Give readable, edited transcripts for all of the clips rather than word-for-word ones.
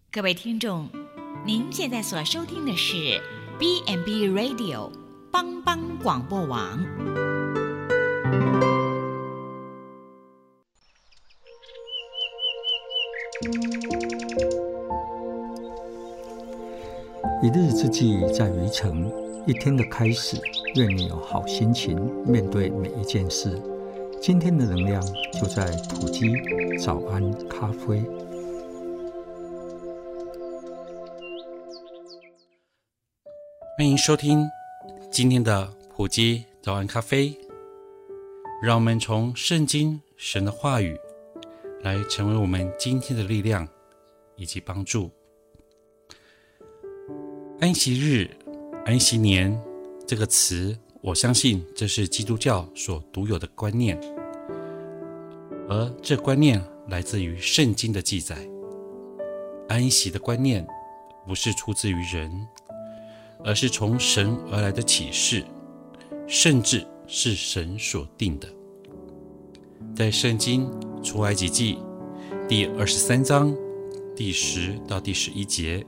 各位听众，您现在所收听的是 B&B Radio 帮帮广播网。 一日之计在于晨，一天的开始，愿你有好心情面对每一件事。今天的能量就在埔基早安咖啡。 欢迎收听今天的埔基早安咖啡，让我们从圣经神的话语来成为我们今天的力量以及帮助。安息日、安息年这个词，我相信这是基督教所独有的观念，而这观念来自于圣经的记载。安息的观念不是出自于人，而是从神而来的启示，甚至是神所定的。在圣经出埃及记第23章第10到第11节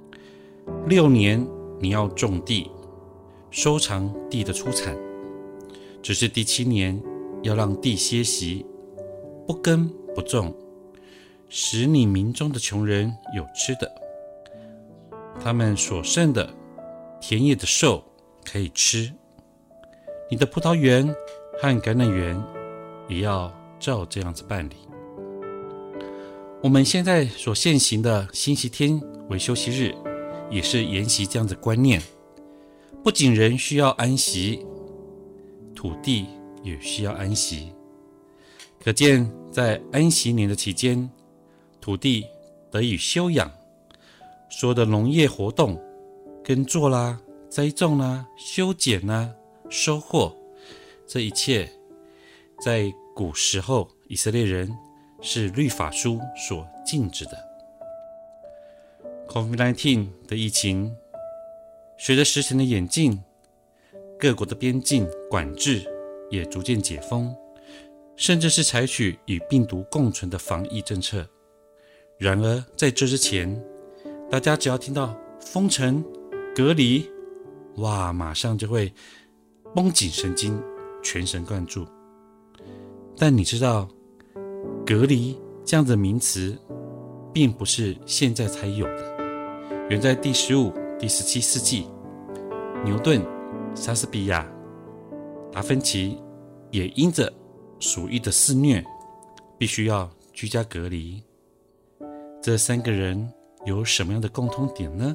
，6年你要种地，收藏地的出产，只是第7年要让地歇息，不耕不种，使你民中的穷人有吃的，他们所剩的田野的兽可以吃，你的葡萄园和橄榄园也要照这样子办理。我们现在所现行的星期天为休息日，也是沿袭这样的观念。不仅人需要安息，土地也需要安息。可见在安息年的期间，土地得以休养，所有的农业活动，耕作啦、栽种啦、修剪啦、收获，这一切在古时候以色列人是律法书所禁止的。COVID-19 的疫情随着时辰的演进，各国的边境管制也逐渐解封，甚至是采取与病毒共存的防疫政策。然而在这之前，大家只要听到封城、隔离，哇，马上就会绷紧神经，全神贯注。但你知道，隔离这样的名词并不是现在才有的，远在第15、第17世纪，牛顿、莎士比亚、达芬奇也因着鼠疫的肆虐，必须要居家隔离。这3个人有什么样的共通点呢？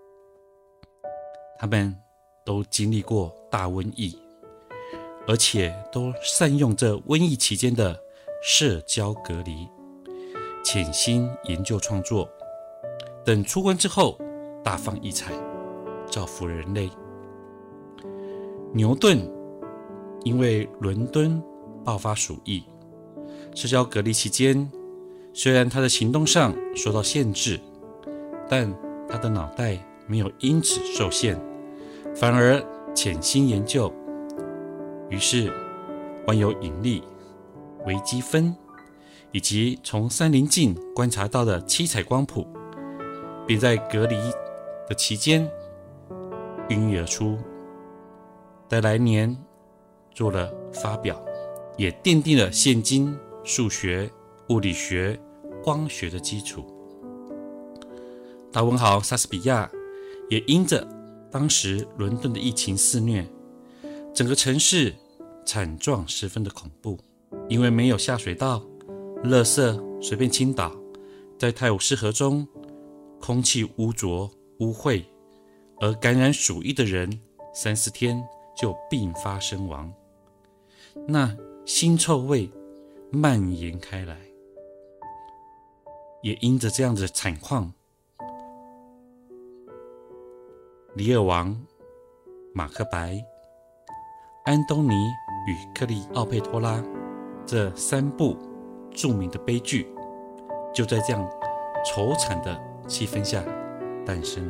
他们都经历过大瘟疫，而且都善用这瘟疫期间的社交隔离，潜心研究创作，等出关之后大放异彩，造福人类。牛顿因为伦敦爆发鼠疫，社交隔离期间，虽然他的行动上受到限制，但他的脑袋没有因此受限，反而潜心研究，于是万有引力、微积分以及从三棱镜观察到的七彩光谱，并在隔离的期间孕育而出，在来年做了发表，也奠定了现今数学、物理学、光学的基础。大文豪莎士比亚也因着当时伦敦的疫情肆虐，整个城市惨状十分的恐怖，因为没有下水道，垃圾随便倾倒，在泰晤士河中空气污浊污秽，而感染鼠疫的人3-4天就病发身亡，那腥臭味蔓延开来。也因着这样的惨况，李尔王、马克白、安东尼与克利奥佩托拉这3部著名的悲剧，就在这样愁惨的气氛下诞生了。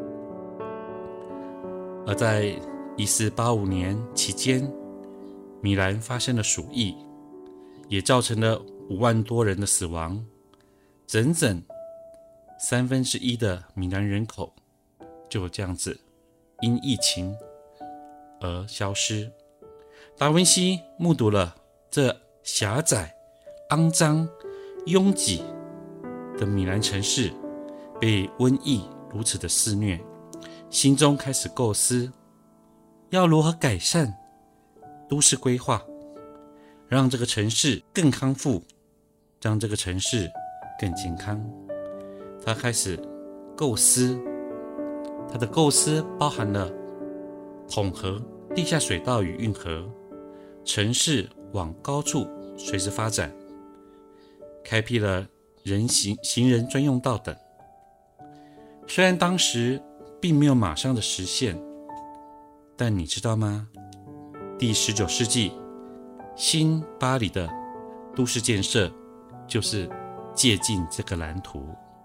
而在1485年期间，米兰发生了鼠疫，也造成了5万多人的死亡，整整 1/3的米兰人口就这样子因疫情而消失。达文西目睹了这狭窄、肮脏、拥挤的米兰城市被瘟疫如此的肆虐，心中开始构思要如何改善都市规划，让这个城市更康复，让这个城市更健康。他开始构思，他的构思包含了统合地下水道与运河，城市往高处垂直发展，开辟了行人专用道等。虽然当时并没有马上的实现，但你知道吗？第19世纪新巴黎的都市建设就是借鉴这个蓝图。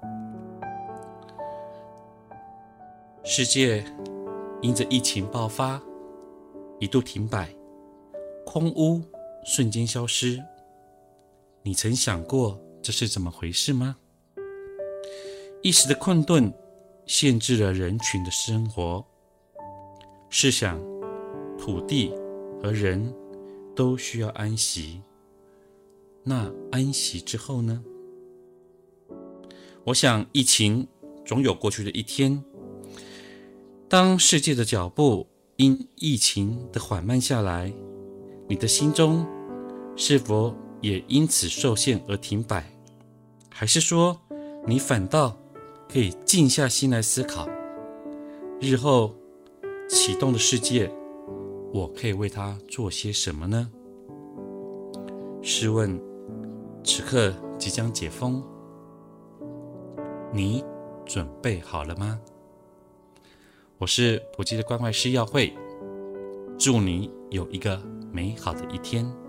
世界因着疫情爆发一度停摆，空污瞬间消失。你曾想过这是怎么回事吗？一时的困顿限制了人群的生活。试想，土地和人都需要安息，那安息之后呢？我想疫情总有过去的一天。当世界的脚步因疫情的缓慢下来，你的心中是否也因此受限而停摆？还是说你反倒可以静下心来思考，日后启动的世界，我可以为它做些什么呢？试问，此刻即将解封，你准备好了吗？我是普吉的关怀师耀慧，祝你有一个美好的一天。